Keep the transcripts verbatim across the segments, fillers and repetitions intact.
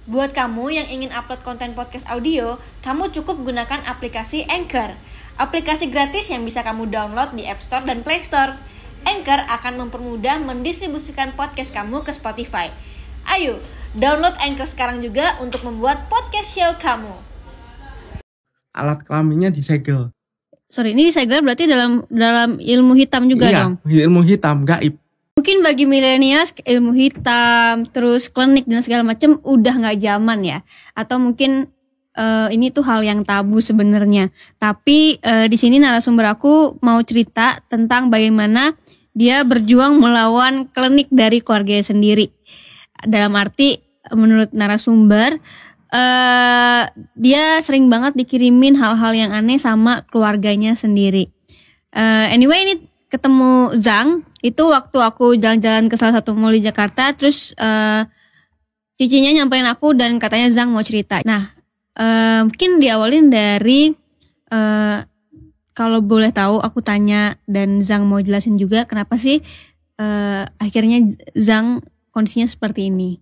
Buat kamu yang ingin upload konten podcast audio, kamu cukup gunakan aplikasi Anchor. Aplikasi gratis yang bisa kamu download di App Store dan Play Store. Anchor akan mempermudah mendistribusikan podcast kamu ke Spotify. Ayo, download Anchor sekarang juga untuk membuat podcast show kamu. Alat kelaminnya disegel. Sorry, ini disegel berarti dalam dalam ilmu hitam juga iya, dong? Iya, ilmu hitam, gaib. Mungkin bagi milenials ilmu hitam, terus klinik dan segala macam udah nggak zaman ya. Atau mungkin uh, ini tuh hal yang tabu sebenarnya. Tapi uh, di sini narasumber aku mau cerita tentang bagaimana dia berjuang melawan klinik dari keluarganya sendiri. Dalam arti menurut narasumber uh, dia sering banget dikirimin hal-hal yang aneh sama keluarganya sendiri. Uh, anyway ini ketemu Zhang itu waktu aku jalan-jalan ke salah satu mall di Jakarta, terus uh, cicinya nyamperin aku dan katanya Zhang mau cerita. Nah, uh, mungkin diawalin dari uh, kalau boleh tahu aku tanya dan Zhang mau jelasin juga kenapa sih uh, akhirnya Zhang kondisinya seperti ini.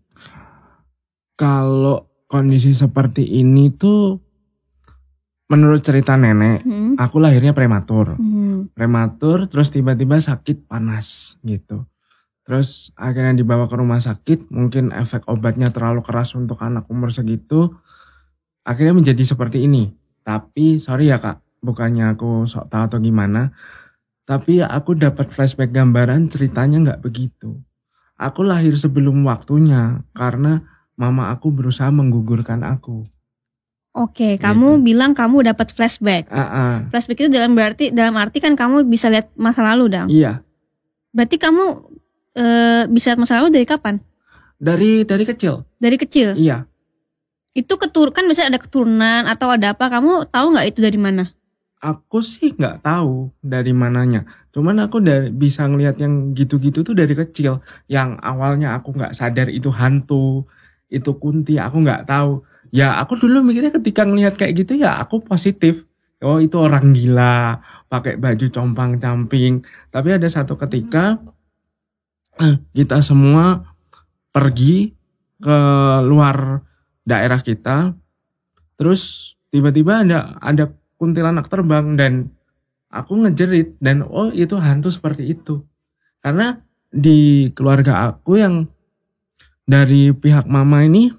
Kalau kondisi seperti ini tuh menurut cerita nenek, hmm. aku lahirnya prematur. Hmm. Prematur terus tiba-tiba sakit panas gitu. Terus akhirnya dibawa ke rumah sakit, mungkin efek obatnya terlalu keras untuk anak umur segitu. Akhirnya menjadi seperti ini. Tapi sorry ya Kak, bukannya aku sok tahu atau gimana. Tapi aku dapat flashback gambaran ceritanya gak begitu. Aku lahir sebelum waktunya karena mama aku berusaha menggugurkan aku. Oke, gitu. Kamu bilang kamu dapat flashback. Uh-uh. Flashback itu dalam berarti dalam arti kan kamu bisa lihat masa lalu, dong. Iya. Berarti kamu e, bisa lihat masa lalu dari kapan? Dari dari kecil. Dari kecil. Iya. Itu ketur kan bisa ada keturunan atau ada apa? Kamu tahu nggak itu dari mana? Aku sih nggak tahu dari mananya. Cuman aku dari bisa ngelihat yang gitu-gitu tuh dari kecil. Yang awalnya aku nggak sadar itu hantu, itu kunti, aku nggak tahu. Ya aku dulu mikirnya ketika ngelihat kayak gitu ya aku positif. Oh itu orang gila, pakai baju compang-camping. Tapi ada satu ketika kita semua pergi ke luar daerah kita. Terus tiba-tiba ada ada kuntilanak terbang dan aku ngejerit. Dan oh itu hantu seperti itu. Karena di keluarga aku yang dari pihak mama ini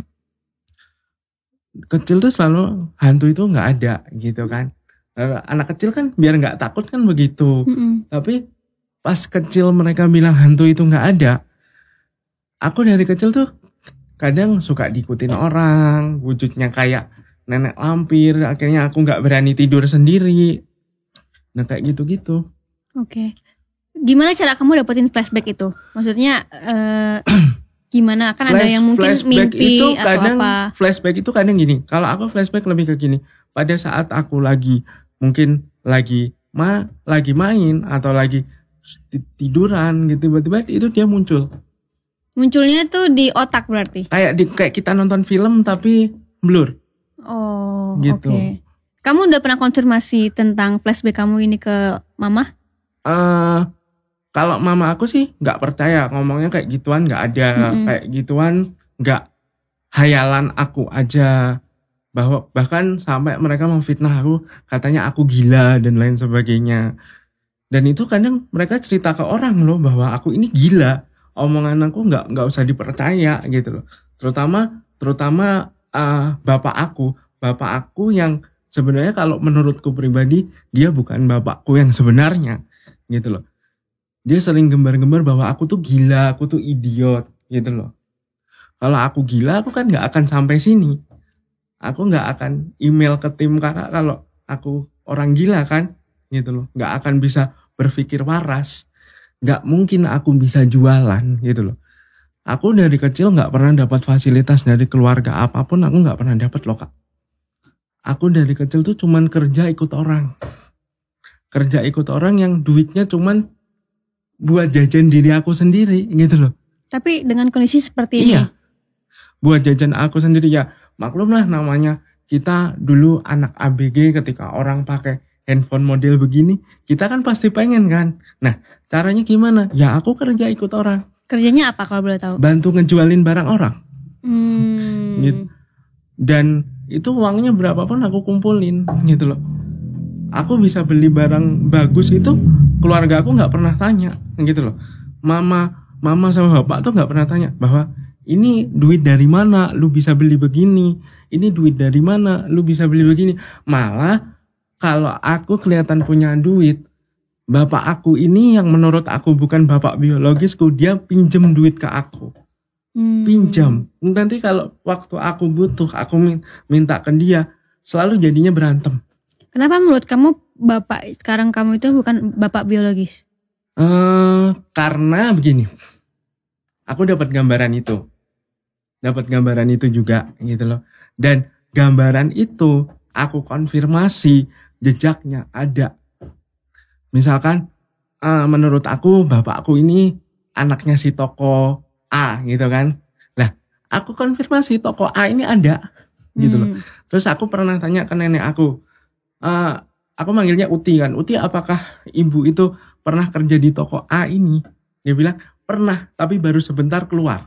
kecil tuh selalu hantu itu nggak ada gitu kan. Anak kecil kan biar nggak takut kan begitu. Mm-hmm. Tapi pas kecil mereka bilang hantu itu nggak ada, aku dari kecil tuh kadang suka diikutin orang, wujudnya kayak nenek lampir. Akhirnya aku nggak berani tidur sendiri. Nah kayak gitu-gitu. Oke. Gimana cara kamu dapetin flashback itu? Maksudnya uh... gimana? Kan Flash, ada yang mungkin mimpi itu atau kadang, apa? Flashback itu kadang gini. Kalau aku flashback lebih ke gini. Pada saat aku lagi mungkin lagi ma lagi main atau lagi tiduran gitu, tiba-tiba itu dia muncul. Munculnya tuh di otak berarti? Kayak di kayak kita nonton film tapi blur. Oh, gitu. Oke. Okay. Kamu udah pernah konfirmasi tentang flashback kamu ini ke mama? Eh uh, Kalau mama aku sih nggak percaya, ngomongnya kayak gituan nggak ada, mm-hmm. kayak gituan nggak, hayalan aku aja. Bahwa bahkan sampai mereka memfitnah aku, katanya aku gila dan lain sebagainya. Dan itu kadang mereka cerita ke orang loh bahwa aku ini gila, omongan aku nggak nggak usah dipercaya gitu loh. Terutama terutama uh, bapak aku, bapak aku yang sebenarnya kalau menurutku pribadi dia bukan bapakku yang sebenarnya gitu loh. Dia sering gembar-gembar bahwa aku tuh gila, aku tuh idiot gitu loh. Kalau aku gila, aku kan gak akan sampai sini. Aku gak akan email ke tim kakak kalau aku orang gila kan gitu loh. Gak akan bisa berpikir waras. Gak mungkin aku bisa jualan gitu loh. Aku dari kecil gak pernah dapat fasilitas dari keluarga apapun, aku gak pernah dapat loh Kak. Aku dari kecil tuh cuman kerja ikut orang. Kerja ikut orang yang duitnya cuman buat jajan diri aku sendiri gitu loh. Tapi dengan kondisi seperti ini? Iya. Buat jajan aku sendiri ya. Maklum lah namanya kita dulu anak A B G ketika orang pakai handphone model begini. Kita kan pasti pengen kan. Nah caranya gimana? Ya aku kerja ikut orang. Kerjanya apa kalau boleh tahu? Bantu ngejualin barang orang. Hmm, gitu. Dan itu uangnya berapapun aku kumpulin gitu loh. Aku bisa beli barang bagus itu keluarga aku nggak pernah tanya gitu loh. Mama, mama sama bapak tuh nggak pernah tanya bahwa ini duit dari mana lu bisa beli begini. Ini duit dari mana lu bisa beli begini. Malah kalau aku kelihatan punya duit, bapak aku ini yang menurut aku bukan bapak biologisku, dia pinjem duit ke aku. Hmm. Pinjam. Nanti kalau waktu aku butuh, aku minta ke dia, selalu jadinya berantem. Kenapa menurut kamu bapak sekarang kamu itu bukan bapak biologis? Uh, karena begini, aku dapat gambaran itu, dapat gambaran itu juga gitu loh. Dan gambaran itu aku konfirmasi jejaknya ada. Misalkan, uh, menurut aku bapakku ini anaknya si toko A gitu kan. Lah, aku konfirmasi toko A ini ada gitu loh. Hmm. Terus aku pernah tanya ke nenek aku. Uh, aku manggilnya Uti kan. Uti, apakah ibu itu pernah kerja di toko A ini? Dia bilang, pernah, tapi baru sebentar keluar.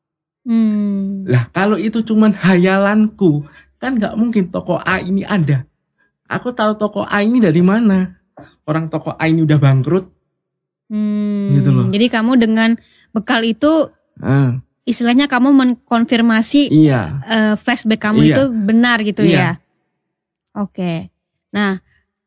Hmm. Lah, kalau itu cuman hayalanku, kan gak mungkin toko A ini ada. Aku tahu toko A ini dari mana. Orang toko A ini udah bangkrut. Hmm. Gitu loh. Jadi kamu dengan bekal itu Uh. istilahnya kamu mengkonfirmasi iya. uh, flashback kamu iya. itu benar gitu iya. ya. Oke. Nah,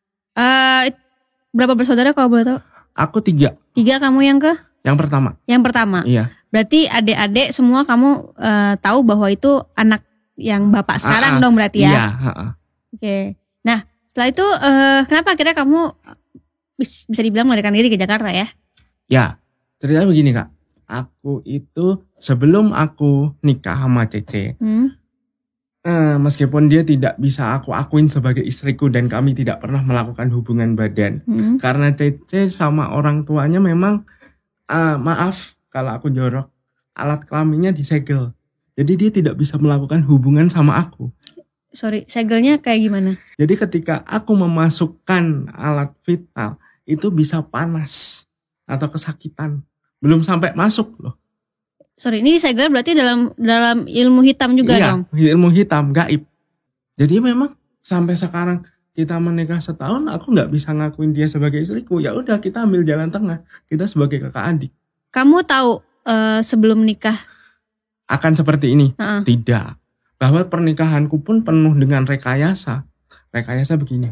uh, berapa bersaudara kalau boleh tahu? Aku tiga. Tiga, kamu yang ke? Yang pertama. Yang pertama. Iya. Berarti adik-adik semua kamu uh, tahu bahwa itu anak yang bapak sekarang uh-uh. dong berarti ya? Iya. Uh-uh. Oke. Nah, setelah itu uh, kenapa akhirnya kamu bisa dibilang melarikan diri ke Jakarta ya? Ya, ceritanya begini Kak. Aku itu sebelum aku nikah sama Cece, hmm? eh, meskipun dia tidak bisa aku akuin sebagai istriku dan kami tidak pernah melakukan hubungan badan, hmm? karena Cece sama orang tuanya memang, eh, maaf kalau aku jorok, alat kelaminnya disegel, jadi dia tidak bisa melakukan hubungan sama aku. Sorry, segelnya kayak gimana? Jadi ketika aku memasukkan alat vital, itu bisa panas atau kesakitan. Belum sampai masuk loh. Sorry, ini disegel berarti dalam dalam ilmu hitam juga iya, dong? Iya, ilmu hitam, gaib. Jadi memang sampai sekarang kita menikah setahun, aku nggak bisa ngakuin dia sebagai istriku. Ya udah, kita ambil jalan tengah. Kita sebagai kakak adik. Kamu tahu uh, sebelum nikah akan seperti ini? Uh-uh. Tidak. Bahwa pernikahanku pun penuh dengan rekayasa. Rekayasa begini.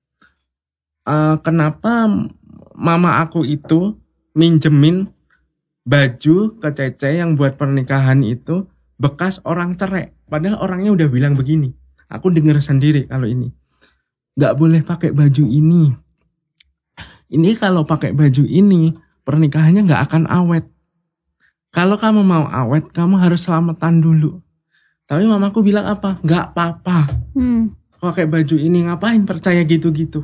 Uh, kenapa mama aku itu minjemin baju ke Cece yang buat pernikahan itu bekas orang cerai. Padahal orangnya udah bilang begini. Aku dengar sendiri kalau ini. Gak boleh pakai baju ini. Ini kalau pakai baju ini, pernikahannya gak akan awet. Kalau kamu mau awet, kamu harus selamatan dulu. Tapi mamaku bilang apa? Gak apa-apa. Hmm. Pakai baju ini ngapain percaya gitu-gitu.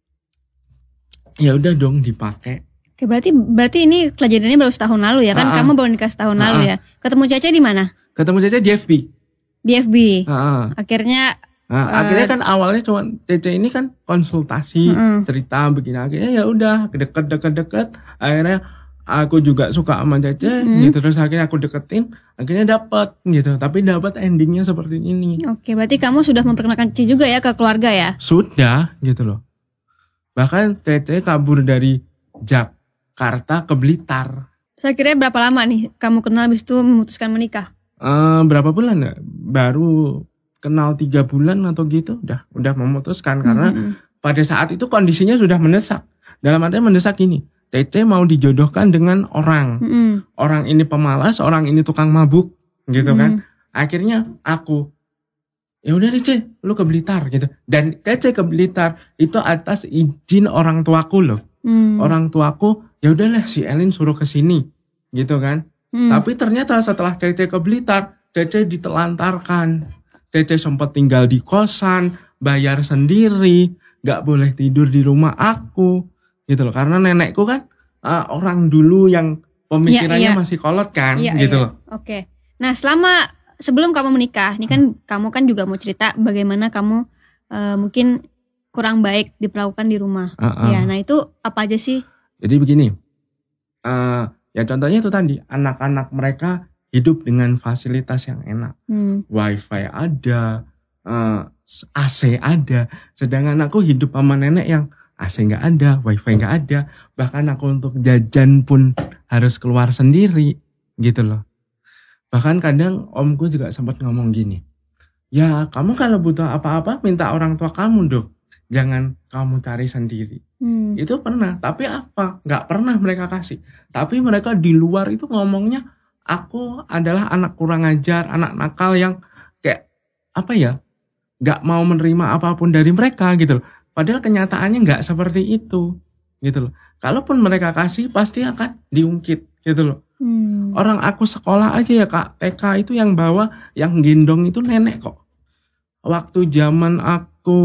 Ya udah dong dipakai. Oke, berarti berarti ini kejadiannya baru setahun lalu ya kan? Uh-uh. Kamu baru nikah setahun uh-uh. lalu ya. Ketemu Cece di mana? Ketemu Cece di F B. Di F B. Uh-uh. Akhirnya nah, uh, akhirnya kan awalnya cuma Cece ini kan konsultasi, uh-uh. cerita begini, akhirnya ya udah deket-deket-deket. Akhirnya aku juga suka sama Cece uh-uh. gitu, terus akhirnya aku deketin, akhirnya dapat gitu. Tapi dapat endingnya seperti ini. Oke, berarti kamu sudah memperkenalkan Cece juga ya ke keluarga ya? Sudah gitu loh. Bahkan Cece kabur dari Jak Jakarta ke Blitar. Saya kira berapa lama nih kamu kenal habis itu memutuskan menikah? Uh, berapa bulan ya? Baru kenal tiga bulan atau gitu. Udah udah memutuskan karena mm-hmm. pada saat itu kondisinya sudah mendesak. Dalam artinya mendesak ini. Cece mau dijodohkan dengan orang. Mm-hmm. Orang ini pemalas, orang ini tukang mabuk gitu mm-hmm. kan. Akhirnya aku, ya udah Cece, lu ke Blitar gitu. Dan Cece ke Blitar itu atas izin orang tuaku loh. Hmm. Orang tuaku ya udahlah si Elin suruh ke sini gitu kan. Hmm. Tapi ternyata setelah Cece ke Blitar, Cece ditelantarkan. Cece sempat tinggal di kosan, bayar sendiri, nggak boleh tidur di rumah aku gitu loh. Karena nenekku kan uh, orang dulu yang pemikirannya ya, iya. masih kolot kan ya, gitu iya. loh. Oke. Nah selama sebelum kamu menikah, ini kan hmm. kamu kan juga mau cerita bagaimana kamu uh, mungkin kurang baik diperlakukan di rumah. Uh-uh. Ya, nah itu apa aja sih? Jadi begini, uh, ya contohnya itu tadi anak-anak mereka hidup dengan fasilitas yang enak. Hmm. Wifi ada, uh, A C ada. Sedangkan aku hidup sama nenek yang A C nggak ada, Wifi nggak ada. Bahkan aku untuk jajan pun harus keluar sendiri, gitu loh. Bahkan kadang omku juga sempat ngomong gini, ya kamu kalau butuh apa-apa minta orang tua kamu dong, jangan kamu cari sendiri. Hmm. Itu pernah, tapi apa? Nggak pernah mereka kasih. Tapi mereka di luar itu ngomongnya, aku adalah anak kurang ajar, anak nakal yang kayak apa ya, nggak mau menerima apapun dari mereka gitu loh. Padahal kenyataannya nggak seperti itu gitu loh. Kalaupun mereka kasih pasti akan diungkit gitu loh. Hmm. Orang aku sekolah aja ya Kak, T K itu yang bawa, yang gendong itu nenek kok. Waktu zaman aku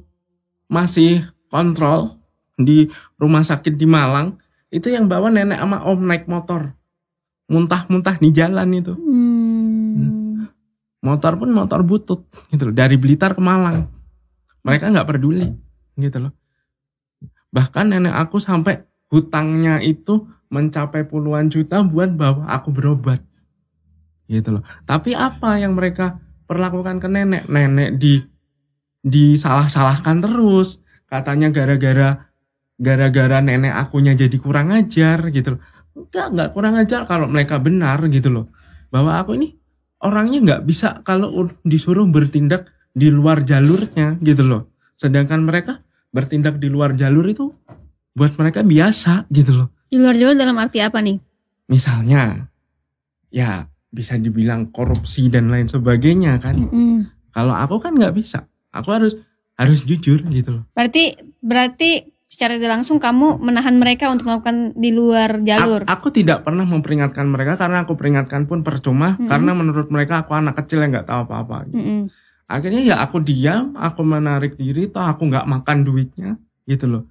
masih kontrol di rumah sakit di Malang, itu yang bawa nenek sama om naik motor. Muntah-muntah di jalan itu. Hmm. Motor pun motor butut gitu loh, dari Blitar ke Malang. Mereka nggak peduli gitu loh. Bahkan nenek aku sampai hutangnya itu mencapai puluhan juta buat bawa aku berobat. Gitu loh. Tapi apa yang mereka perlakukan ke nenek? Nenek di disalah-salahkan terus. Katanya gara-gara gara-gara nenek akunya jadi kurang ajar gitu loh. Enggak, enggak kurang ajar kalau mereka benar gitu loh. Bahwa aku ini orangnya enggak bisa kalau disuruh bertindak di luar jalurnya gitu loh. Sedangkan mereka bertindak di luar jalur itu buat mereka biasa gitu loh. Di luar jalur dalam arti apa nih? Misalnya ya bisa dibilang korupsi dan lain sebagainya kan. Mm-hmm. Kalau aku kan enggak bisa. Aku harus harus jujur gitu loh. Berarti berarti secara tidak langsung kamu menahan mereka untuk melakukan di luar jalur. A- aku tidak pernah memperingatkan mereka karena aku peringatkan pun percuma. Mm-hmm. Karena menurut mereka aku anak kecil yang nggak tahu apa-apa. Gitu. Mm-hmm. Akhirnya ya aku diam, aku menarik diri, toh aku nggak makan duitnya, gitu loh.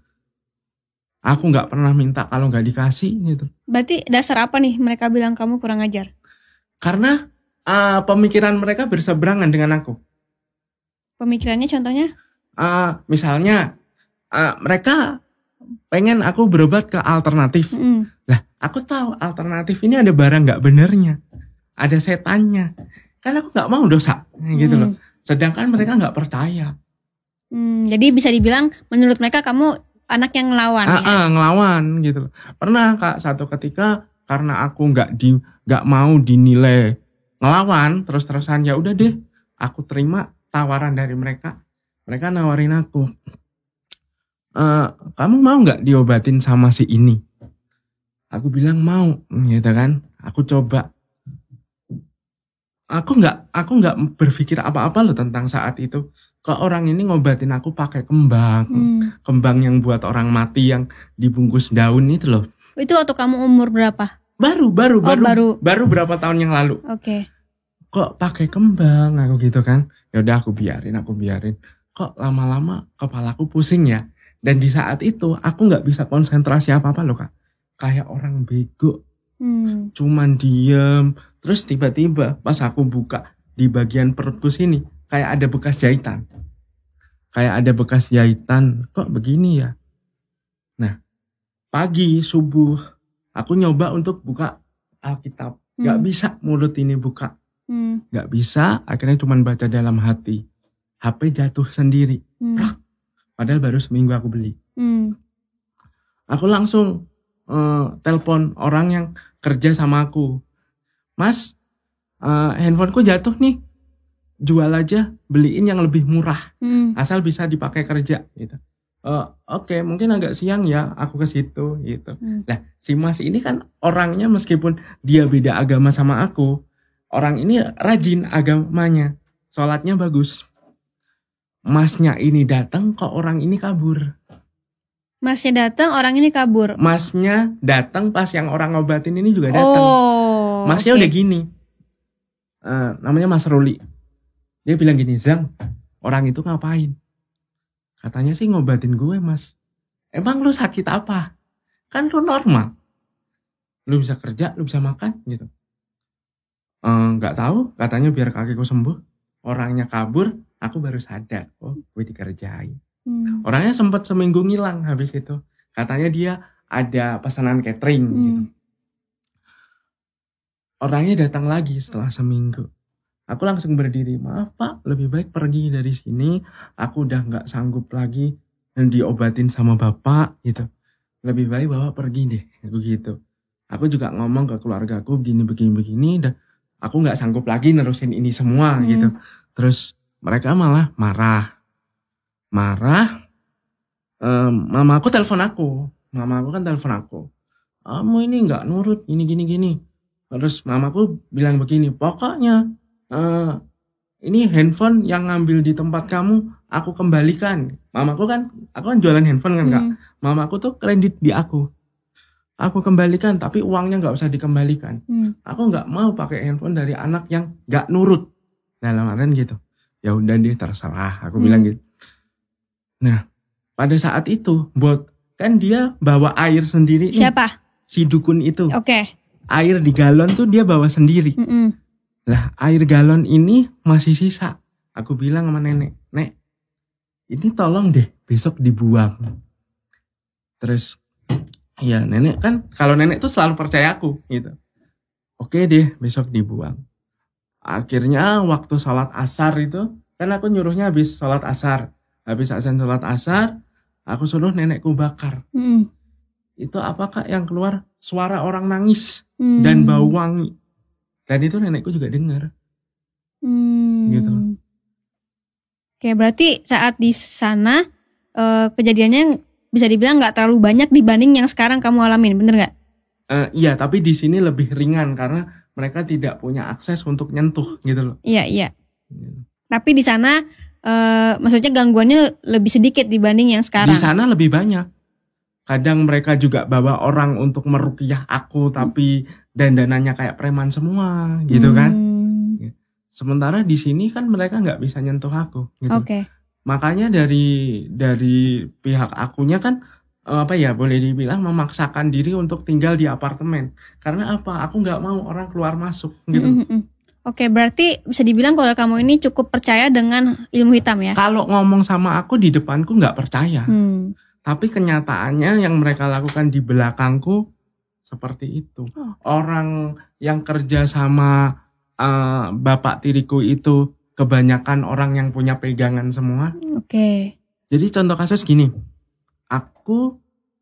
Aku nggak pernah minta kalau nggak dikasih, gitu. Berarti dasar apa nih mereka bilang kamu kurang ajar? Karena uh, pemikiran mereka berseberangan dengan aku. Pemikirannya contohnya? Uh, misalnya. Uh, mereka pengen aku berobat ke alternatif. Mm. Lah, aku tahu alternatif ini ada barang nggak benernya, ada setannya. Kan aku nggak mau dosa, gitu mm. loh. Sedangkan mereka nggak percaya. Mm, jadi bisa dibilang menurut mereka kamu anak yang ngelawan. Ah, ya? ah, ngelawan gitu loh. Pernah Kak satu ketika karena aku nggak di nggak mau dinilai ngelawan, terus-terusan ya udah deh, aku terima tawaran dari mereka. Mereka nawarin aku. Uh, kamu mau nggak diobatin sama si ini? Aku bilang mau, gitu kan? Aku coba. Aku nggak, aku nggak berpikir apa-apa loh tentang saat itu. Ke orang ini ngobatin aku pakai kembang, hmm. kembang yang buat orang mati yang dibungkus daun itu loh. Itu waktu kamu umur berapa? Baru, baru, oh, baru, baru, baru berapa tahun yang lalu. Oke. Okay. Kok pakai kembang aku gitu kan? Ya udah aku biarin, aku biarin. Kok lama-lama kepalaku pusing ya? Dan di saat itu aku gak bisa konsentrasi apa-apa loh Kak. Kayak orang bego. Hmm. Cuman diem. Terus tiba-tiba pas aku buka di bagian perutku sini. Kayak ada bekas jahitan. Kayak ada bekas jahitan. Kok begini ya? Nah pagi subuh. Aku nyoba untuk buka Alkitab. Hmm. Gak bisa mulut ini buka. Hmm. Gak bisa. Akhirnya cuman baca dalam hati. H P jatuh sendiri. Hmm. Prak. Padahal baru seminggu aku beli. Hmm. Aku langsung uh, telepon orang yang kerja sama aku. Mas, uh, handphoneku jatuh nih. Jual aja, beliin yang lebih murah. Hmm. Asal bisa dipakai kerja. Gitu. Uh, Oke, okay, mungkin agak siang ya aku ke situ. Gitu. Hmm. Nah, si Mas ini kan orangnya meskipun dia beda agama sama aku. Orang ini rajin agamanya. Sholatnya bagus. Masnya ini datang kok orang ini kabur. Masnya datang, orang ini kabur. Masnya datang pas yang orang ngobatin ini juga datang. Oh, Masnya okay. udah gini. Uh, namanya Mas Ruli. Dia bilang gini, Zang, orang itu ngapain? Katanya sih ngobatin gue, Mas. Emang lu sakit apa? Kan lu normal. Lu bisa kerja, lu bisa makan gitu. Uh, gak tahu, katanya biar kakiku sembuh. Orangnya kabur. Aku baru sadar, oh gue dikerjain. Hmm. Orangnya sempat seminggu ngilang habis itu. Katanya dia ada pesanan catering hmm. gitu. orangnya datang lagi setelah seminggu. Aku langsung berdiri, maaf Pak, lebih baik pergi dari sini. Aku udah gak sanggup lagi dan diobatin sama Bapak gitu. Lebih baik Bapak pergi deh, begitu. Aku juga ngomong ke keluargaku begini begini begini dan aku nggak sanggup lagi nerusin ini semua hmm. gitu. Terus mereka malah marah, marah. Um, mama aku telepon aku, mama aku kan telepon aku. Kamu ini nggak nurut, gini gini gini. Terus mamaku bilang begini, pokoknya uh, ini handphone yang ngambil di tempat kamu, aku kembalikan. Mamaku kan, aku kan jualan handphone kan kak. Hmm. Mamaku tuh kredit di aku. Aku kembalikan, tapi uangnya nggak usah dikembalikan. Hmm. Aku nggak mau pakai handphone dari anak yang nggak nurut. Dalam artian gitu. Ya udah deh terserah, aku hmm. bilang gitu. Nah, pada saat itu, buat kan dia bawa air sendiri. Siapa? Nih, si dukun itu. Oke. Okay. Air di galon tuh dia bawa sendiri. Mm-mm. Lah, air galon ini masih sisa. Aku bilang sama nenek, Nek, ini tolong deh besok dibuang. Terus, ya nenek kan, kalau nenek tuh selalu percaya aku gitu. Oke deh, besok dibuang. Akhirnya waktu sholat asar itu, kan aku nyuruhnya habis sholat asar. Habis azan sholat asar, aku suruh nenekku bakar. Hmm. Itu apakah yang keluar suara orang nangis hmm. dan bau wangi. Dan itu nenekku juga dengar. Hmm. Gitu. Oke, berarti saat di sana eh, kejadiannya bisa dibilang nggak terlalu banyak dibanding yang sekarang kamu alamin, bener nggak? Uh, iya, tapi di sini lebih ringan karena mereka tidak punya akses untuk nyentuh gitu loh. Iya, iya. Gitu. Tapi di sana uh, maksudnya gangguannya lebih sedikit dibanding yang sekarang. Di sana lebih banyak. Kadang mereka juga bawa orang untuk meruqyah aku, tapi dandanannya kayak preman semua, gitu hmm. kan. Sementara di sini kan mereka nggak bisa nyentuh aku, gitu. Oke. Okay. Makanya dari dari pihak akunya kan apa ya boleh dibilang memaksakan diri untuk tinggal di apartemen. Karena apa? Aku nggak mau orang keluar masuk, gitu. Mm-hmm. Oke, okay, berarti bisa dibilang kalau kamu ini cukup percaya dengan ilmu hitam ya? Kalau ngomong sama aku di depanku nggak percaya. Hmm. Tapi kenyataannya yang mereka lakukan di belakangku seperti itu. Oh. Orang yang kerja sama uh, bapak tiriku itu kebanyakan orang yang punya pegangan semua. Oke. Okay. Jadi contoh kasus gini. Aku,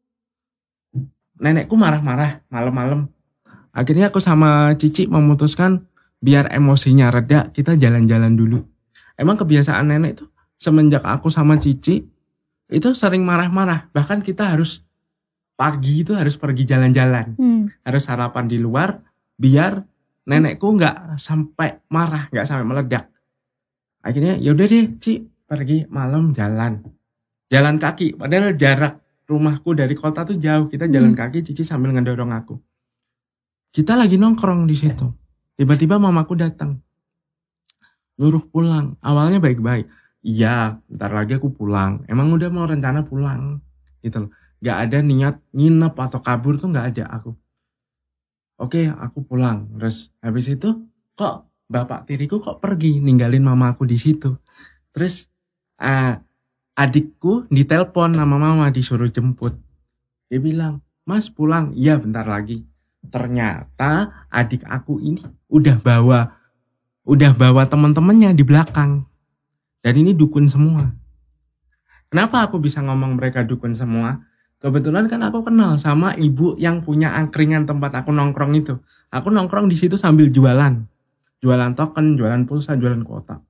nenekku marah-marah malam-malam. Akhirnya aku sama Cici memutuskan biar emosinya reda, kita jalan-jalan dulu. Emang kebiasaan nenek tuh semenjak aku sama Cici itu sering marah-marah. Bahkan kita harus pagi itu harus pergi jalan-jalan. Hmm. Harus sarapan di luar biar nenekku nggak sampai marah, nggak sampai meledak. Akhirnya yaudah deh Ci, pergi malam jalan. Jalan kaki, padahal jarak rumahku dari kota tuh jauh. Kita jalan hmm. kaki, Cici sambil ngedorong aku. Kita lagi nongkrong di situ. Tiba-tiba mamaku datang. Nyuruh pulang. Awalnya baik-baik. Iya, bentar lagi aku pulang. Emang udah mau rencana pulang. Gitu loh. Gak ada niat nginep atau kabur tuh gak ada aku. Oke, aku pulang. Terus habis itu kok bapak tiriku kok pergi ninggalin mama aku di situ. Terus uh, adikku ditelepon sama mama disuruh jemput. Dia bilang, Mas pulang. Iya bentar lagi. Ternyata adik aku ini udah bawa udah bawa teman-temannya di belakang. Dan ini dukun semua. Kenapa aku bisa ngomong mereka dukun semua? Kebetulan kan aku kenal sama ibu yang punya angkringan tempat aku nongkrong itu. Aku nongkrong di situ sambil jualan. Jualan token, jualan pulsa, jualan kuota.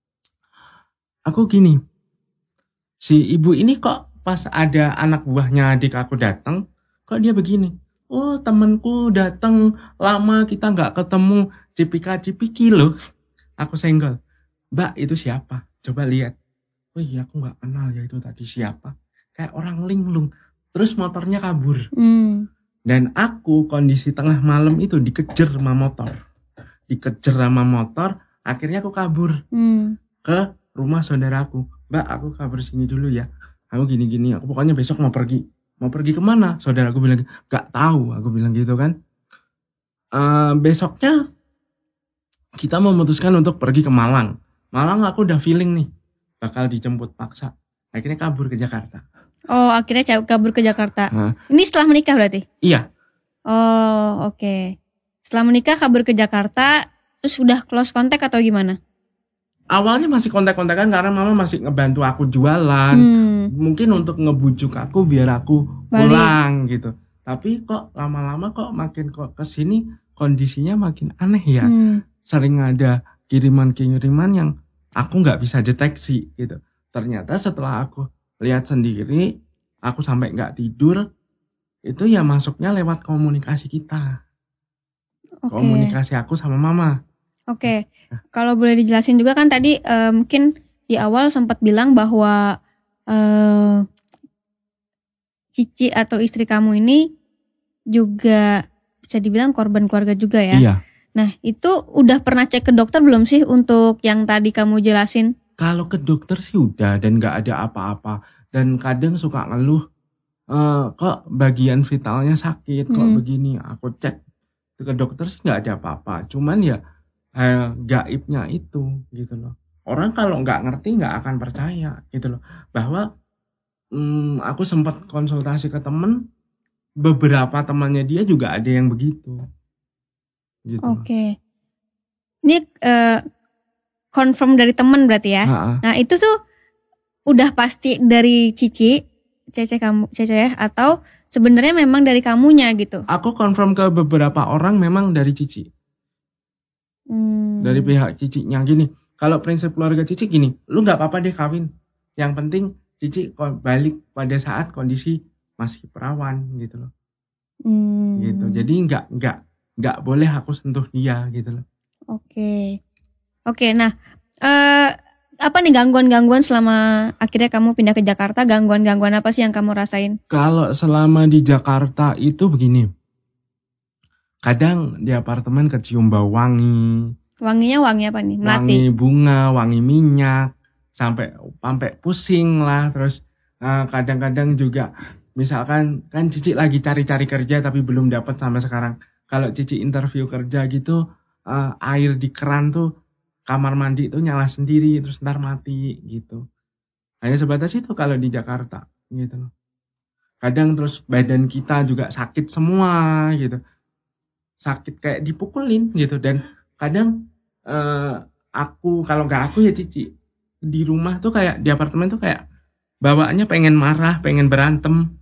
Aku gini. Si ibu ini kok pas ada anak buahnya adik aku datang, kok dia begini? Oh, temanku datang lama kita nggak ketemu, cipika-cipiki loh. Aku senggol. Mbak, itu siapa? Coba lihat. Oh iya, aku nggak kenal ya itu tadi siapa. Kayak orang linglung. Terus motornya kabur. Hmm. Dan aku kondisi tengah malam itu dikejar sama motor. Dikejar sama motor, akhirnya aku kabur. Hmm. Ke rumah saudaraku. Mbak, aku kabur sini dulu ya. Aku gini-gini, aku pokoknya besok mau pergi. Mau pergi kemana? Saudaraku bilang, gak tahu. Aku bilang gitu kan. Uh, besoknya, kita memutuskan untuk pergi ke Malang. Malang aku udah feeling nih. Bakal dijemput paksa. Akhirnya kabur ke Jakarta. Oh, akhirnya kabur ke Jakarta. Nah. Ini setelah menikah berarti? Iya. Oh, oke. Okay. Setelah menikah kabur ke Jakarta, terus udah close contact atau gimana? Awalnya masih kontak-kontakan karena mama masih ngebantu aku jualan. Hmm. Mungkin untuk ngebujuk aku biar aku Balik. pulang gitu. Tapi kok lama-lama kok makin kok kesini kondisinya makin aneh ya. Hmm. Sering ada kiriman-kiriman yang aku nggak bisa deteksi gitu. Ternyata setelah aku lihat sendiri, aku sampai nggak tidur, itu ya masuknya lewat komunikasi kita. Oke. Komunikasi aku sama mama. Oke. Kalau boleh dijelasin juga kan tadi eh, mungkin di awal sempat bilang bahwa eh, Cici atau istri kamu ini juga bisa dibilang korban keluarga juga ya. Iya. Nah, itu udah pernah cek ke dokter belum sih untuk yang tadi kamu jelasin? Kalau ke dokter sih udah dan nggak ada apa-apa. Dan kadang suka ngeluh, e, kok bagian vitalnya sakit, kok Hmm. begini. Aku cek ke dokter sih nggak ada apa-apa. Cuman ya eh, gaibnya itu gitu loh. Orang kalau nggak ngerti nggak akan percaya gitu loh. Bahwa hmm, aku sempat konsultasi ke temen, beberapa temannya dia juga ada yang begitu. Gitu loh. Oke. Ini eh, confirm dari temen berarti ya. Ha-ha. Nah, itu tuh udah pasti dari Cici, Cece kamu, Cece ya, atau sebenarnya memang dari kamunya gitu. Aku confirm ke beberapa orang memang dari Cici. Hmm. Dari pihak Cicinya gini. Kalau prinsip keluarga Cici gini, lu nggak apa-apa deh kawin. Yang penting Cici ko- balik pada saat kondisi masih perawan gitu loh. Hmm. Gitu. Jadi nggak nggak nggak boleh aku sentuh dia gitu loh. Oke. Oke, nah eh apa nih gangguan-gangguan selama akhirnya kamu pindah ke Jakarta? Gangguan-gangguan apa sih yang kamu rasain? Kalau selama di Jakarta itu begini. Kadang di apartemen kecium bau wangi, Wanginya wangi apa nih? Melati. wangi bunga, wangi minyak, sampai sampai pusing lah. Terus eh, kadang-kadang juga misalkan kan Cici lagi cari-cari kerja tapi belum dapat sampai sekarang. Kalau Cici interview kerja gitu, eh, air di keran tuh kamar mandi tuh nyala sendiri terus ntar mati gitu. Hanya sebatas itu kalau di Jakarta gitu loh. Kadang terus badan kita juga sakit semua gitu. Sakit kayak dipukulin gitu. Dan kadang eh, aku kalau nggak aku ya Cici di rumah tuh kayak di apartemen tuh kayak bawaannya pengen marah, pengen berantem.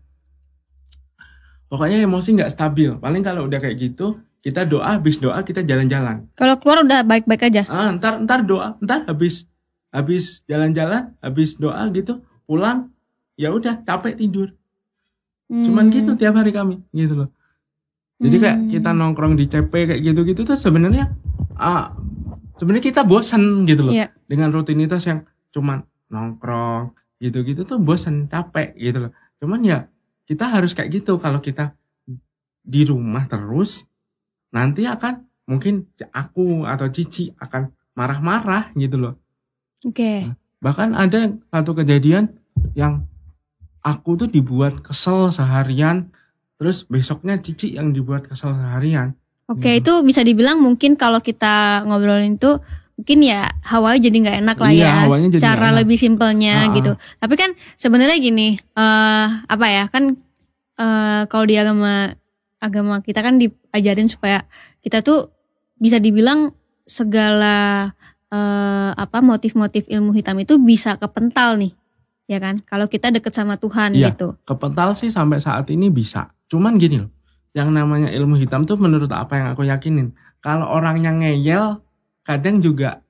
Pokoknya emosi nggak stabil. Paling kalau udah kayak gitu kita doa, habis doa kita jalan-jalan. Kalau keluar udah baik-baik aja. Ah, ntar ntar doa, ntar habis habis jalan-jalan, habis doa gitu, pulang, ya udah capek tidur. Cuman Hmm. gitu tiap hari kami, gitu loh. Jadi kayak Hmm. kita nongkrong di C P kayak gitu-gitu tuh sebenarnya ah sebenarnya kita bosan gitu loh. Iya. Dengan rutinitas yang cuman nongkrong gitu-gitu tuh bosan, capek gitu loh. Cuman ya kita harus kayak gitu. Kalau kita di rumah terus nanti akan mungkin aku atau Cici akan marah-marah gitu loh. Oke. Bahkan ada satu kejadian yang aku tuh dibuat kesel seharian, terus besoknya Cici yang dibuat kesel seharian. Oke, Gitu. itu bisa dibilang mungkin kalau kita ngobrolin itu mungkin ya hawanya jadi nggak enak lah Iya, ya, hawanya jadi cara nggak enak. lebih simpelnya Ah, ah. gitu. Tapi kan sebenarnya gini, eh apa ya kan eh kalau di agama agama kita kan diajarin supaya kita tuh bisa dibilang segala eh apa motif-motif ilmu hitam itu bisa kepental nih, ya kan? Kalau kita deket sama Tuhan Iya. gitu. Kepental sih sampai saat ini bisa. Cuman gini loh, yang namanya ilmu hitam tuh menurut apa yang aku yakinin, kalau orangnya ngeyel kadang juga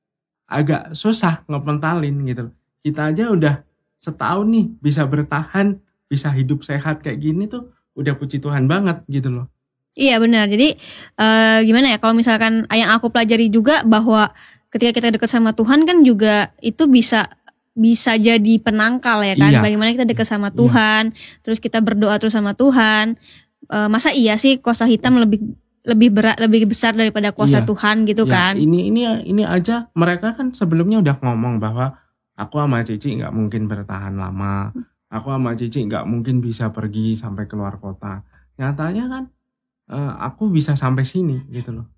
agak susah ngepentalin gitu loh. Kita aja udah setahun nih bisa bertahan, bisa hidup sehat kayak gini tuh udah puji Tuhan banget gitu loh. Iya benar. Jadi eh, gimana ya? Kalau misalkan yang aku pelajari juga bahwa ketika kita dekat sama Tuhan kan juga itu bisa bisa jadi penangkal ya kan? Iya. Bagaimana kita dekat sama Iya. Tuhan, terus kita berdoa terus sama Tuhan. Eh, masa iya sih kuasa hitam lebih lebih berat, lebih besar daripada kuasa Iya. Tuhan gitu Ya, kan? ini ini ini aja mereka kan sebelumnya udah ngomong bahwa aku sama Cici nggak mungkin bertahan lama. Aku sama Cici nggak mungkin bisa pergi sampai keluar kota. Nyatanya kan eh, aku bisa sampai sini gitu loh.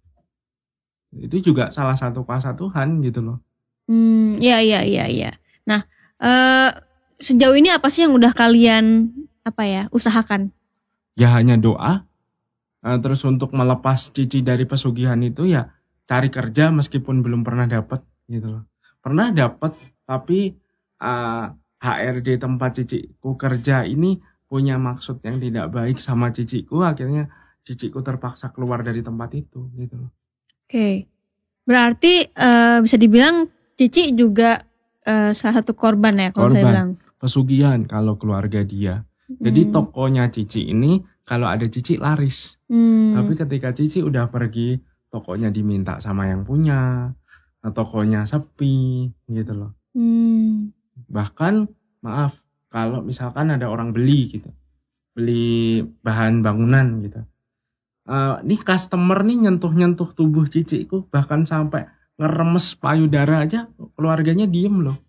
Itu juga salah satu kuasa Tuhan gitu loh. Hmm, iya iya iya iya. Nah, eh sejauh ini apa sih yang udah kalian apa ya usahakan? Ya hanya doa Uh, terus untuk melepas Cici dari pesugihan itu ya cari kerja meskipun belum pernah dapat gitu loh. Pernah dapat tapi uh, H R D tempat Ciciku kerja ini punya maksud yang tidak baik sama Ciciku, akhirnya Ciciku terpaksa keluar dari tempat itu gitu loh. Oke. Berarti uh, bisa dibilang Cici juga uh, salah satu korban ya kalau saya bilang. Pesugihan kalau keluarga dia. Jadi hmm. tokonya Cici ini kalau ada Cici laris. Hmm. Tapi ketika Cici udah pergi, tokonya diminta sama yang punya, tokonya sepi gitu loh. Hmm. Bahkan maaf, kalau misalkan ada orang beli gitu, beli bahan bangunan gitu. Uh, nih customer nih nyentuh-nyentuh tubuh Ciciku, bahkan sampai ngeremes payudara aja, keluarganya diem loh.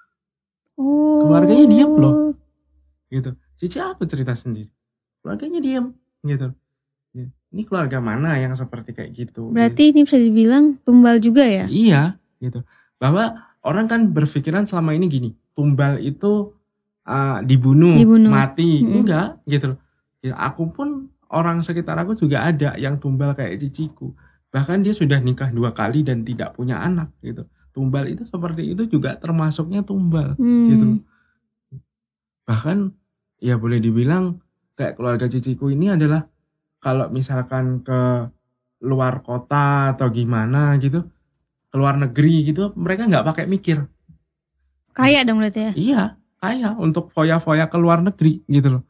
Oh. Keluarganya diem loh. Gitu. Cici aku cerita sendiri. Keluarganya diem gitu. Ini keluarga mana yang seperti kayak gitu? Berarti gitu. Ini bisa dibilang tumbal juga ya? Iya, gitu. Bahwa orang kan berpikiran selama ini gini, tumbal itu uh, dibunuh, dibunuh, mati. Mm-hmm. Enggak, gitu loh. Ya, aku pun orang sekitar aku juga ada yang tumbal kayak Ciciku. Bahkan dia sudah nikah dua kali dan tidak punya anak gitu. Tumbal itu seperti itu juga termasuknya tumbal hmm. gitu. Bahkan ya boleh dibilang kayak keluarga Ciciku ini adalah kalau misalkan ke luar kota atau gimana gitu, ke luar negeri gitu, mereka nggak pakai mikir. Kaya dong berarti ya? Iya, kaya untuk foya-foya ke luar negeri gitu loh.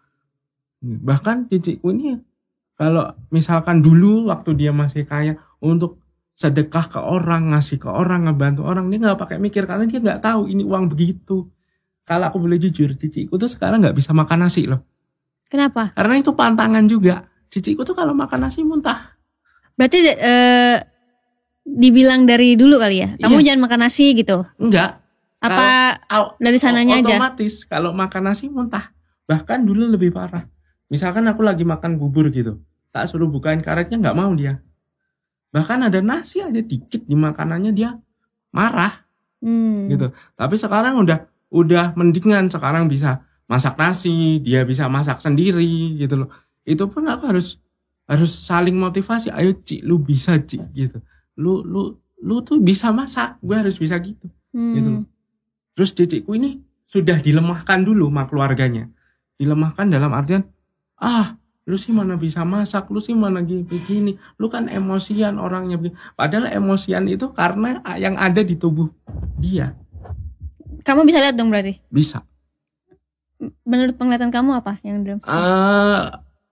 Bahkan Ciciku ini kalau misalkan dulu waktu dia masih kaya untuk sedekah ke orang, ngasih ke orang, ngebantu orang, dia nggak pakai mikir karena dia nggak tahu ini uang begitu. Kalau aku boleh jujur, Ciciku tuh sekarang nggak bisa makan nasi loh. Kenapa? Karena itu pantangan juga. Ciciku tuh kalau makan nasi muntah. Berarti ee, dibilang dari dulu kali ya, kamu iya. jangan makan nasi gitu? Enggak. Apa kalau, dari sananya otomatis, aja? Otomatis kalau makan nasi muntah. Bahkan dulu lebih parah. Misalkan aku lagi makan bubur gitu, tak suruh bukain karetnya nggak mau dia. Bahkan ada nasi aja dikit di makanannya dia marah, hmm. gitu. Tapi sekarang udah udah mendingan, sekarang bisa masak nasi, dia bisa masak sendiri, gitu loh. Itu pun aku harus harus saling motivasi. Ayo Ci, lu bisa Ci, gitu. Lu lu lu tuh bisa masak, gue harus bisa gitu, hmm. gitu loh. Terus Ciciku ini sudah dilemahkan dulu sama keluarganya, dilemahkan dalam artian ah. Lu sih mana bisa masak, lu sih mana begini, lu kan emosian orangnya begini. Padahal emosian itu karena yang ada di tubuh dia. Kamu bisa lihat dong berarti? Bisa. Menurut penglihatan kamu apa yang dalam? Uh,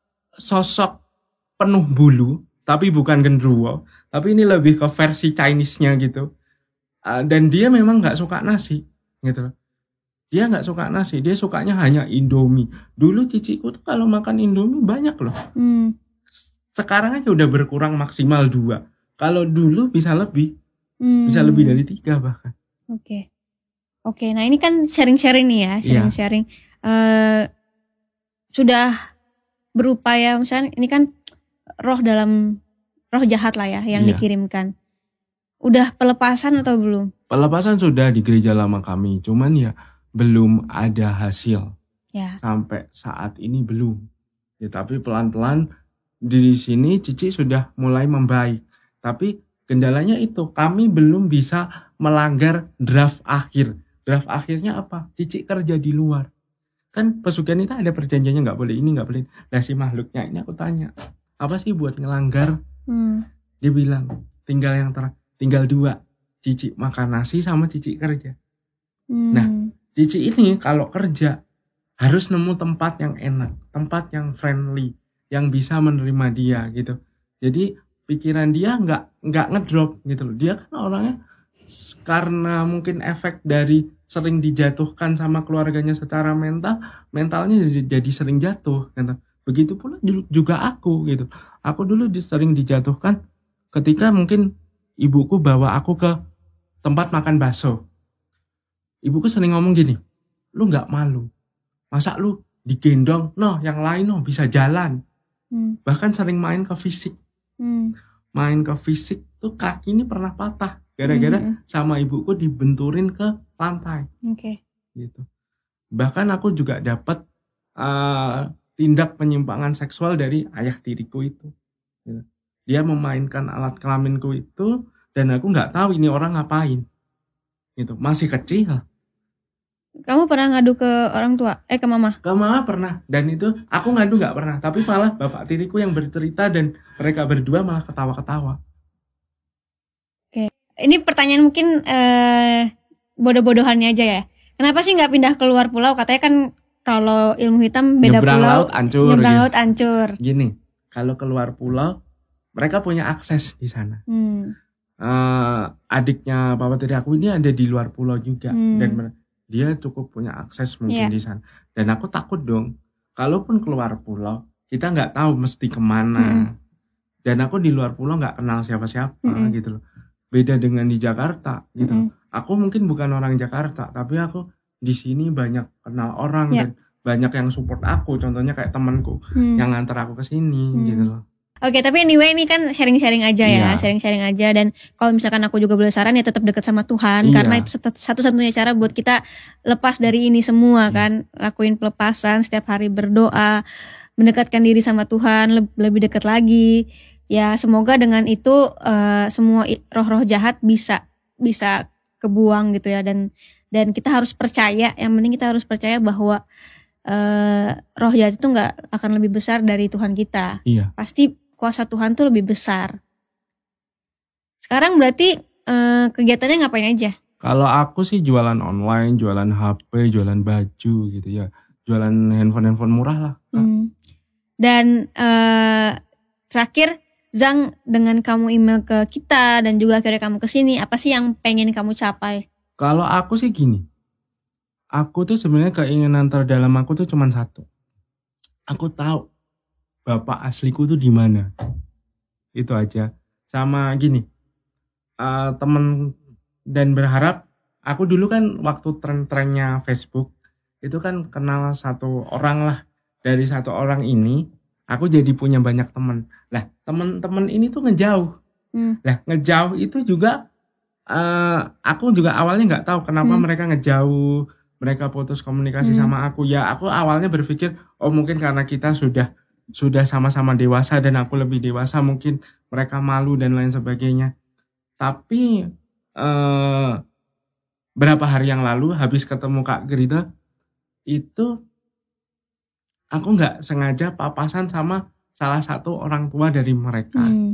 sosok penuh bulu, tapi bukan genderuwo, tapi ini lebih ke versi Chinese-nya gitu. Uh, dan dia memang nggak suka nasi, gitu loh. Dia nggak suka nasi, dia sukanya hanya Indomie. Dulu Ciciku tuh kalau makan Indomie banyak loh. Hmm. Sekarang aja udah berkurang maksimal dua. Kalau dulu bisa lebih, hmm. bisa lebih dari tiga bahkan. Oke, okay. oke. Okay, nah ini kan sharing-sharing nih ya, sharing-sharing. Yeah. Uh, sudah berupaya, misalnya ini kan roh dalam roh jahat lah ya yang yeah. dikirimkan. Udah pelepasan atau belum? Pelepasan sudah di gereja lama kami, cuman ya belum ada hasil ya. Sampai saat ini belum ya, tapi pelan-pelan di sini Cici sudah mulai membaik. Tapi kendalanya itu kami belum bisa melanggar draft akhir. Draft akhirnya apa? Cici kerja di luar. Kan pesugihan itu ada perjanjiannya, nggak boleh ini, nggak boleh. Nah si makhluknya ini aku tanya, apa sih buat ngelanggar? Hmm. Dia bilang tinggal yang ter tinggal dua, Cici makan nasi sama Cici kerja. Hmm. Nah Cici ini kalau kerja harus nemu tempat yang enak, tempat yang friendly, yang bisa menerima dia gitu. Jadi pikiran dia nggak nggak ngedrop gitu loh. Dia kan orangnya karena mungkin efek dari sering dijatuhkan sama keluarganya secara mental, mentalnya jadi, jadi sering jatuh gitu. Begitu pula juga aku gitu. Aku dulu sering dijatuhkan ketika mungkin ibuku bawa aku ke tempat makan bakso. Ibuku sering ngomong gini, lu gak malu, masa lu digendong, no yang lain no bisa jalan. Hmm. Bahkan sering main ke fisik. Hmm. Main ke fisik tuh kaki ini pernah patah. Gara-gara hmm. sama ibuku dibenturin ke lantai. Oke. Okay. Gitu. Bahkan aku juga dapat uh, tindak penyimpangan seksual dari ayah tiriku itu. gitu. Dia memainkan alat kelaminku itu dan aku nggak tahu ini orang ngapain gitu, masih kecil. Kamu pernah ngadu ke orang tua? Eh ke mama? Ke mama pernah, dan itu aku ngadu nggak pernah, tapi malah bapak tiriku yang bercerita dan mereka berdua malah ketawa-ketawa. Oke, ini pertanyaan mungkin eh, bodoh-bodohannya aja ya. Kenapa sih nggak pindah keluar pulau? Katanya kan kalau ilmu hitam beda Nyebrang pulau, laut hancur. nyebrang Gini. laut hancur. Gini, kalau keluar pulau mereka punya akses di sana. Hmm. Uh, adiknya papa tiri aku ini ada di luar pulau juga, Hmm. dan dia cukup punya akses mungkin Yeah. di sana. Dan aku takut dong, kalaupun keluar pulau kita nggak tahu mesti kemana. Hmm. Dan aku di luar pulau nggak kenal siapa-siapa Hmm. gitu loh. Beda dengan di Jakarta gitu. Hmm. Aku mungkin bukan orang Jakarta, tapi aku di sini banyak kenal orang Yeah. dan banyak yang support aku. Contohnya kayak temanku Hmm. yang nganter aku ke sini Hmm. gitu loh. Oke, tapi anyway ini kan sharing-sharing aja ya, Iya. sharing-sharing aja. Dan kalau misalkan aku juga boleh saran ya tetap dekat sama Tuhan, Iya. karena itu satu- satu-satunya cara buat kita lepas dari ini semua Iya. kan. Lakuin pelepasan, setiap hari berdoa, mendekatkan diri sama Tuhan leb- lebih dekat lagi. Ya semoga dengan itu eh, semua i- roh-roh jahat bisa bisa kebuang gitu ya, dan dan kita harus percaya. Yang penting kita harus percaya bahwa eh, roh jahat itu nggak akan lebih besar dari Tuhan kita. Iya. Pasti kuasa Tuhan tuh lebih besar. Sekarang berarti eh, kegiatannya ngapain aja? Kalau aku sih jualan online, jualan H P, jualan baju gitu ya. Jualan handphone-handphone murah lah. Kak. Hmm. Dan eh, terakhir, Zhang, dengan kamu email ke kita dan juga akhirnya kamu kesini, apa sih yang pengen kamu capai? Kalau aku sih gini. Aku tuh sebenarnya keinginan terdalam aku tuh cuma satu. Aku tahu bapak asliku tuh di mana. Itu aja. Sama gini. Uh, temen dan berharap aku dulu kan waktu tren-trennya Facebook itu kan kenal satu orang lah. Dari satu orang ini aku jadi punya banyak temen. Lah temen-temen ini tuh ngejauh. Hmm. Lah ngejauh itu juga uh, aku juga awalnya nggak tahu kenapa Hmm. mereka ngejauh, mereka putus komunikasi Hmm. sama aku. Ya aku awalnya berpikir oh mungkin karena kita sudah sudah sama-sama dewasa dan aku lebih dewasa, mungkin mereka malu dan lain sebagainya. Tapi uh, berapa hari yang lalu habis ketemu Kak Gerita itu aku nggak sengaja papasan sama salah satu orang tua dari mereka. Hmm.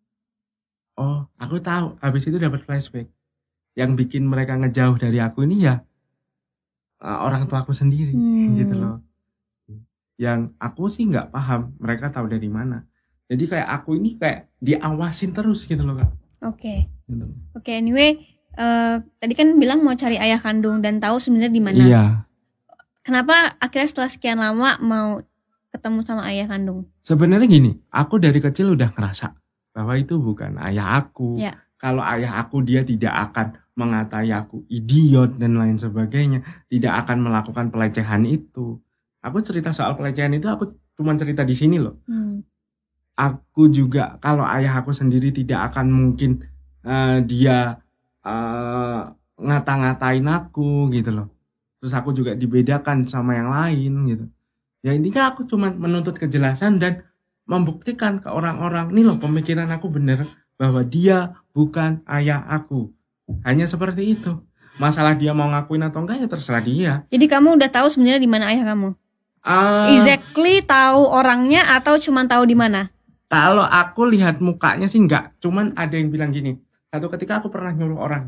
Oh, aku tahu. Habis itu dapat flashback. Yang bikin mereka ngejauh dari aku ini ya uh, orang tua aku sendiri, Hmm. gitu loh. Yang aku sih nggak paham mereka tahu dari mana. Jadi kayak aku ini kayak diawasin terus gitu loh Kak. Oke, Gitu. oke. Anyway, eh, tadi kan bilang mau cari ayah kandung dan tahu sebenarnya di mana. Iya. Kenapa akhirnya setelah sekian lama mau ketemu sama ayah kandung? Sebenarnya gini, aku dari kecil udah ngerasa bahwa itu bukan ayah aku. Ya. Kalau ayah aku dia tidak akan mengatai aku idiot dan lain sebagainya, tidak akan melakukan pelecehan itu. Aku cerita soal pelecehan itu aku cuma cerita di sini loh. Hmm. Aku juga kalau ayah aku sendiri tidak akan mungkin uh, dia uh, ngata-ngatain aku gitu loh. Terus aku juga dibedakan sama yang lain gitu. Ya intinya aku cuma menuntut kejelasan dan membuktikan ke orang-orang, nih loh pemikiran aku bener bahwa dia bukan ayah aku. Hanya seperti itu. Masalah dia mau ngakuin atau enggak ya terserah dia. Jadi kamu udah tahu sebenarnya di mana ayah kamu? Uh, Exactly tahu orangnya atau cuma tahu di mana? Kalau aku lihat mukanya sih enggak. Cuman ada yang bilang gini. Satu ketika aku pernah nyuruh orang,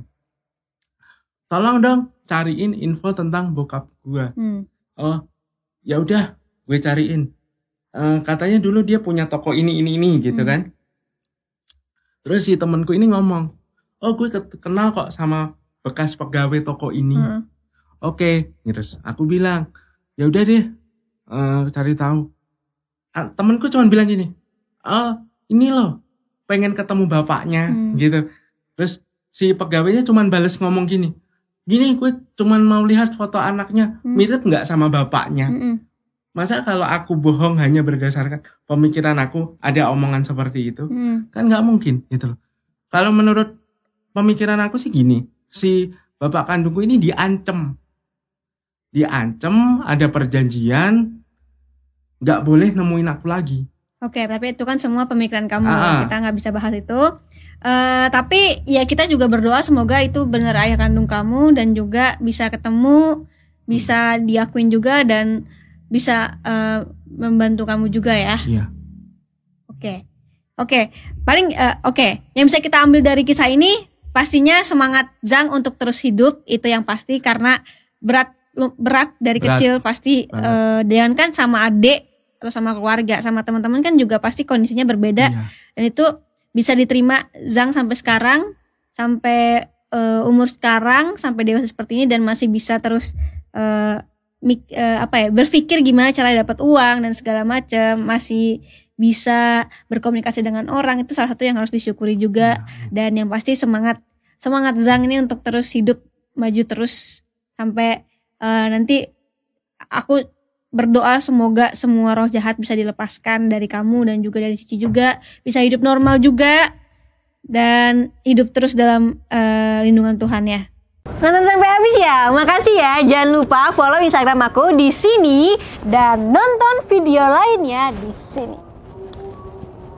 tolong dong cariin info tentang bokap gue. Hmm. Oh, ya udah, gue cariin. Uh, katanya dulu dia punya toko ini ini ini gitu Hmm. kan. Terus si temanku ini ngomong, oh gue ke- kenal kok sama bekas pegawai toko ini. Hmm. Oke, terus aku bilang, ya udah deh, uh, cari tahu. Ah, temanku cuma bilang gini, oh ini loh, pengen ketemu bapaknya Hmm. gitu. Terus si pegawainya cuma bales ngomong gini, gini gue cuma mau lihat foto anaknya, Hmm. mirip nggak sama bapaknya. Mm-mm. Masa kalau aku bohong hanya berdasarkan pemikiran aku, ada omongan seperti itu? Hmm. Kan nggak mungkin gitu loh. Kalau menurut pemikiran aku sih gini, si bapak kandungku ini diancem. Diancem, ada perjanjian, nggak boleh nemuin aku lagi. Oke, tapi itu kan semua pemikiran kamu, Ah. kita nggak bisa bahas itu. Uh, tapi ya kita juga berdoa semoga itu benar ayah kandung kamu dan juga bisa ketemu, bisa diakuin juga dan bisa uh, membantu kamu juga ya. Iya. Oke, oke, paling uh, oke. Yang bisa kita ambil dari kisah ini pastinya semangat Zhang untuk terus hidup itu yang pasti karena berat berat dari Berat. kecil pasti uh, Dean kan sama adik atau sama keluarga sama teman-teman kan juga pasti kondisinya berbeda Iya. dan itu bisa diterima Zhang sampai sekarang, sampai uh, umur sekarang, sampai dewasa seperti ini dan masih bisa terus uh, mik, uh, apa ya berpikir gimana cara dapat uang dan segala macam, masih bisa berkomunikasi dengan orang, itu salah satu yang harus disyukuri juga. Iya. Dan yang pasti semangat semangat Zhang ini untuk terus hidup maju terus sampai uh, nanti aku berdoa semoga semua roh jahat bisa dilepaskan dari kamu dan juga dari Cici juga, bisa hidup normal juga dan hidup terus dalam uh, lindungan Tuhan ya. Nonton sampai habis ya, makasih ya. Jangan lupa follow Instagram aku di sini dan nonton video lainnya di sini.